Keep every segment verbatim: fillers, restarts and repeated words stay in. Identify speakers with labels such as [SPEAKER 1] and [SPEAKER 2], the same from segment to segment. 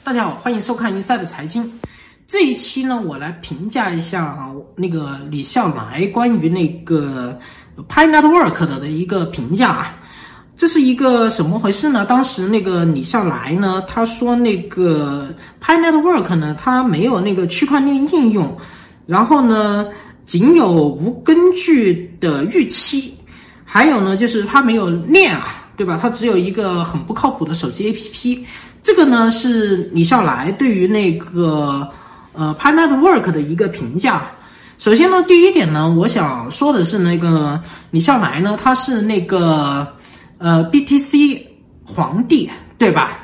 [SPEAKER 1] 大家好，欢迎收看Inside财经。这一期呢，我来评价一下啊，那个李笑来关于那个 Pi Network 的的一个评价啊。这是一个什么回事呢？当时那个李笑来呢，他说那个 Pi Network 呢，它没有那个区块链应用，然后呢，仅有无根据的预期，还有呢，就是它没有链啊。对吧？它只有一个很不靠谱的手机 A P P， 这个呢是李笑来对于那个呃 Pi Network 的一个评价。首先呢，第一点呢，我想说的是那个李笑来呢，他是那个呃 B T C 皇帝，对吧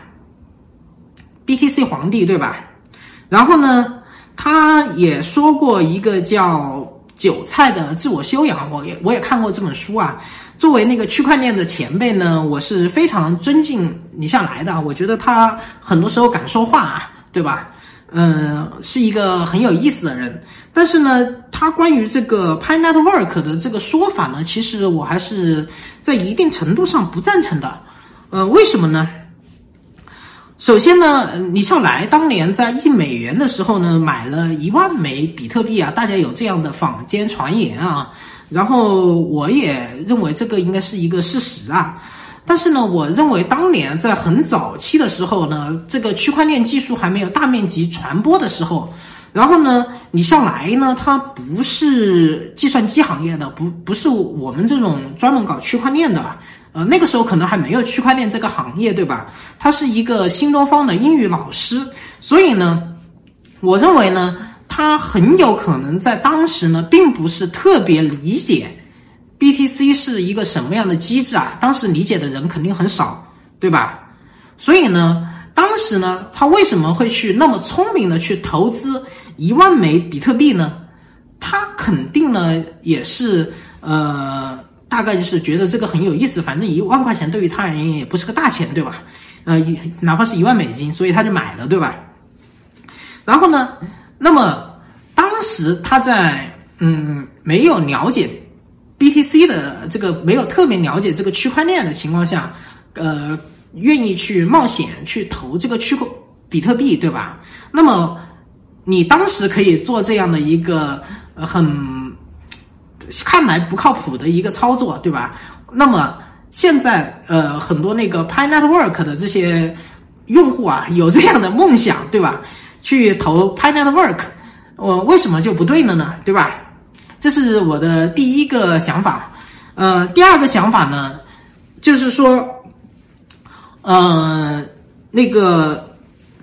[SPEAKER 1] ？B T C 皇帝，对吧？然后呢，他也说过一个叫韭菜的自我修养，我也我也看过这本书啊。作为那个区块链的前辈呢，我是非常尊敬李笑来的，我觉得他很多时候敢说话啊，对吧？嗯，是一个很有意思的人。但是呢，他关于这个 Pi Network 的这个说法呢，其实我还是在一定程度上不赞成的。呃，为什么呢？首先呢，李笑来当年在一美元的时候呢，买了一万枚比特币啊，大家有这样的坊间传言啊。然后我也认为这个应该是一个事实啊，但是呢，我认为当年在很早期的时候呢，这个区块链技术还没有大面积传播的时候，然后呢，李笑来呢，他不是计算机行业的，不不是我们这种专门搞区块链的，呃，那个时候可能还没有区块链这个行业，对吧？他是一个新东方的英语老师，所以呢，我认为呢。他很有可能在当时呢，并不是特别理解 B T C 是一个什么样的机制啊，当时理解的人肯定很少，对吧？所以呢，当时呢，他为什么会去那么聪明的去投资一万枚比特币呢？他肯定呢也是呃，大概就是觉得这个很有意思，反正一万块钱对于他而言也不是个大钱，对吧？呃，哪怕是一万美金，所以他就买了，对吧？然后呢？那么当时他在嗯没有了解 B T C 的这个没有特别了解这个区块链的情况下，呃愿意去冒险去投这个区块比特币，对吧？那么你当时可以做这样的一个呃很看来不靠谱的一个操作，对吧？那么现在呃很多那个 Pi Network 的这些用户啊有这样的梦想，对吧？去投 Pi Network， 我为什么就不对了呢？对吧？这是我的第一个想法。呃，第二个想法呢，就是说，呃，那个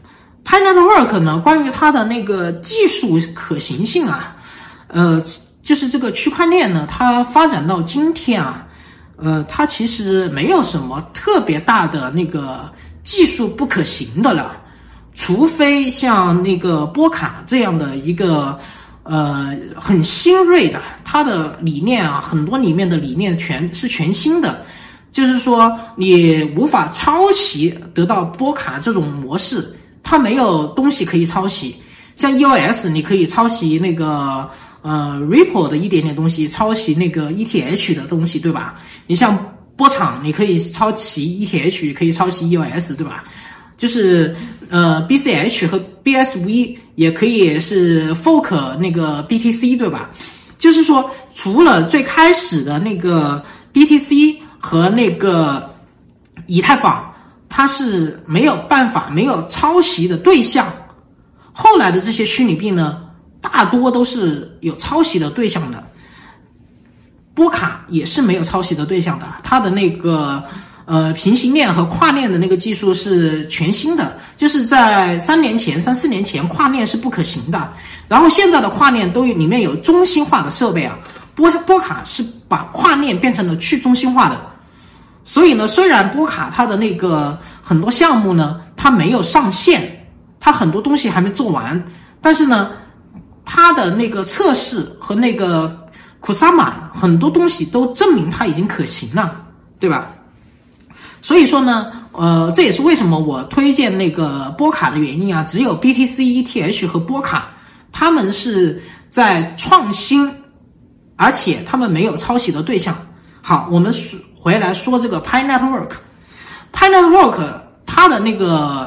[SPEAKER 1] Pi Network 呢，关于它的那个技术可行性啊，呃，就是这个区块链呢，它发展到今天啊，呃，它其实没有什么特别大的那个技术不可行的了。除非像那个波卡这样的一个呃很新锐的，它的理念啊，很多里面的理念全是全新的，就是说你无法抄袭得到波卡这种模式，它没有东西可以抄袭。像 E O S 你可以抄袭那个呃 Ripple 的一点点东西，抄袭那个 E T H 的东西，对吧？你像波场你可以抄袭 E T H， 可以抄袭 E O S， 对吧？就是呃 B C H 和 B S V 也可以是 fork 那个 B T C， 对吧？就是说除了最开始的那个 B T C 和那个以太坊，它是没有办法没有抄袭的对象，后来的这些虚拟币呢，大多都是有抄袭的对象的。波卡也是没有抄袭的对象的，它的那个呃，平行链和跨链的那个技术是全新的，就是在三年前、三四年前，跨链是不可行的。然后现在的跨链都里面有中心化的设备啊，波波卡是把跨链变成了去中心化的。所以呢，虽然波卡它的那个很多项目呢，它没有上线，它很多东西还没做完，但是呢，它的那个测试和那个库萨玛很多东西都证明它已经可行了，对吧？所以说呢，呃，这也是为什么我推荐那个波卡的原因啊。只有 B T C、E T H 和波卡，他们是在创新，而且他们没有抄袭的对象。好，我们回来说这个 Pi Network。Pi Network 它的那个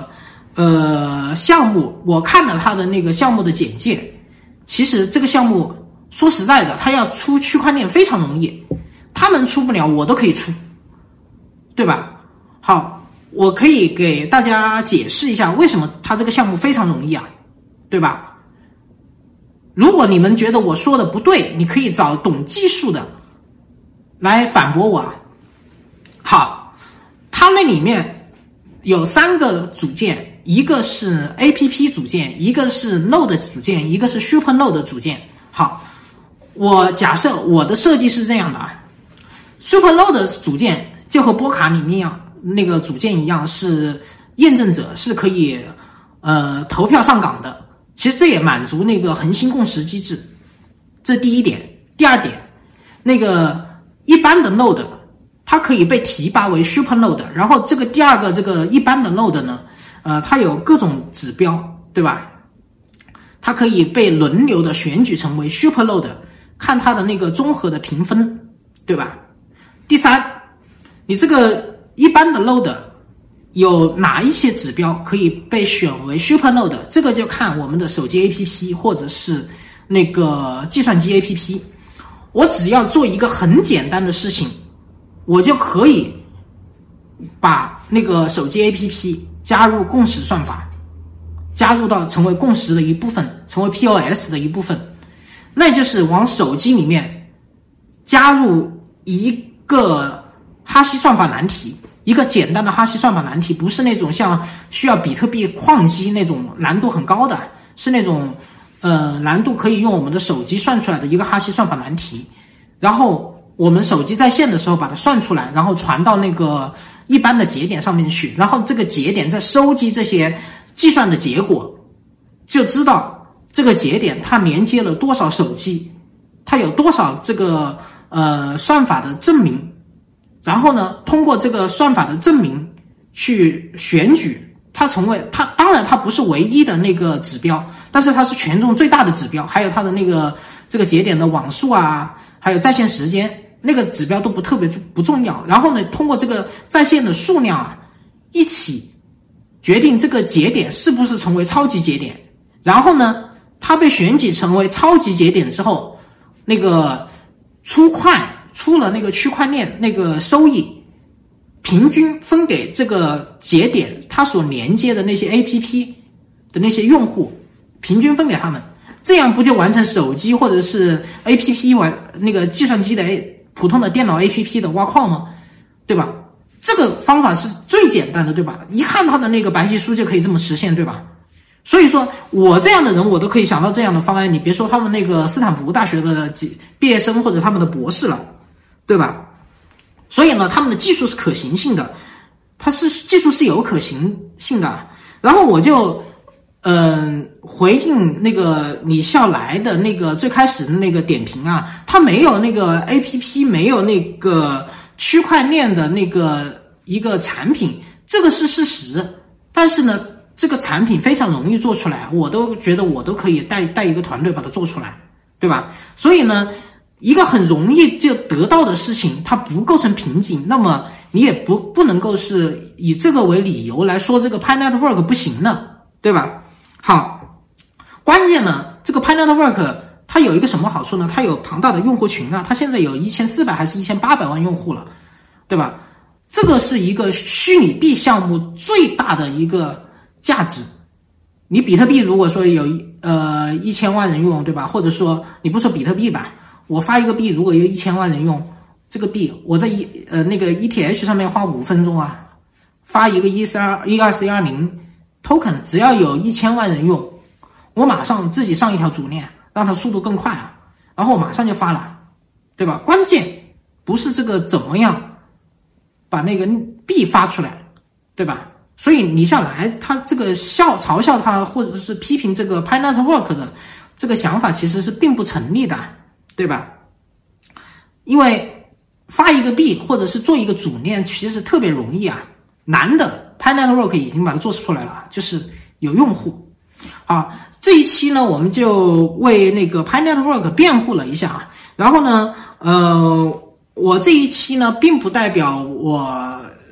[SPEAKER 1] 呃项目，我看了他的那个项目的简介，其实这个项目说实在的，他要出区块链非常容易，他们出不了，我都可以出，对吧？好，我可以给大家解释一下为什么他这个项目非常容易啊，对吧？如果你们觉得我说的不对，你可以找懂技术的来反驳我啊。好，它那里面有三个组件，一个是 A P P 组件，一个是 Node 组件，一个是 Super Node 组件。好，我假设我的设计是这样的啊 ，Super Node 组件就和波卡里面一样，那个组件一样，是验证者是可以呃投票上岗的。其实这也满足那个恒星共识机制，这第一点。第二点，那个一般的 Node 它可以被提拔为 Super Node， 然后这个第二个这个一般的 Node 呢，呃，它有各种指标，对吧？它可以被轮流的选举成为 Super Node， 看它的那个综合的评分，对吧？第三，你这个一般的 Node 有哪一些指标可以被选为 Super Node， 这个就看我们的手机 A P P 或者是那个计算机 A P P。我只要做一个很简单的事情，我就可以把那个手机 A P P 加入共识算法，加入到成为共识的一部分，成为 P O S 的一部分。那就是往手机里面加入一个哈希算法难题，一个简单的哈希算法难题，不是那种像需要比特币矿机那种难度很高的，是那种呃难度可以用我们的手机算出来的一个哈希算法难题。然后我们手机在线的时候把它算出来，然后传到那个一般的节点上面去，然后这个节点再收集这些计算的结果，就知道这个节点它连接了多少手机，它有多少这个呃算法的证明。然后呢，通过这个算法的证明去选举，它成为它，当然它不是唯一的那个指标，但是它是权重最大的指标，还有它的那个这个节点的网速啊，还有在线时间，那个指标都不特别不重要。然后呢，通过这个在线的数量啊，一起决定这个节点是不是成为超级节点。然后呢，它被选举成为超级节点之后，那个出块出了那个区块链那个收益，平均分给这个节点它所连接的那些 A P P 的那些用户，平均分给他们，这样不就完成手机或者是 A P P 玩那个计算机的 A 普通的电脑 A P P 的挖矿吗？对吧？这个方法是最简单的，对吧？一看它的那个白皮书就可以这么实现，对吧？所以说我这样的人我都可以想到这样的方案，你别说他们那个斯坦福大学的毕业生或者他们的博士了，对吧？所以呢，他们的技术是可行性的，它是技术是有可行性的。然后我就嗯、呃、回应那个李笑来的那个最开始的那个点评啊，他没有那个 A P P， 没有那个区块链的那个一个产品，这个是事实。但是呢，这个产品非常容易做出来，我都觉得我都可以带带一个团队把它做出来，对吧？所以呢，一个很容易就得到的事情，它不构成瓶颈，那么你也不不能够是以这个为理由来说这个 Pi Network 不行了，对吧？好，关键呢，这个 Pi Network 它有一个什么好处呢？它有庞大的用户群啊，它现在有一千四百还是一千八百万用户了，对吧？这个是一个虚拟币项目最大的一个价值。你比特币如果说有呃一千万人用，对吧？或者说你不说比特币吧，我发一个币，如果有一千万人用，这个币我在一呃那个 E T H 上面花五分钟啊，发一个一四二一二四一二零 token， 只要有一千万人用，我马上自己上一条主链，让它速度更快啊，然后我马上就发了，对吧？关键不是这个怎么样把那个币发出来，对吧？所以李笑来他这个笑嘲笑他或者是批评这个 Pi Network 的这个想法其实是并不成立的，对吧？因为发一个币或者是做一个主链其实特别容易啊，难的 Pi Network 已经把它做出来了，就是有用户。好，这一期呢我们就为那个 Pi Network 辩护了一下啊，然后呢呃我这一期呢并不代表我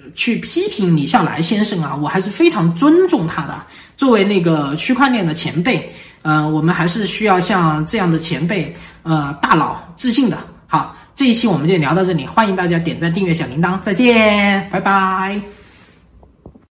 [SPEAKER 1] 去批评李笑来先生啊，我还是非常尊重他的。作为那个区块链的前辈，呃，我们还是需要向这样的前辈呃大佬致敬的。好，这一期我们就聊到这里，欢迎大家点赞、订阅小铃铛，再见，拜拜。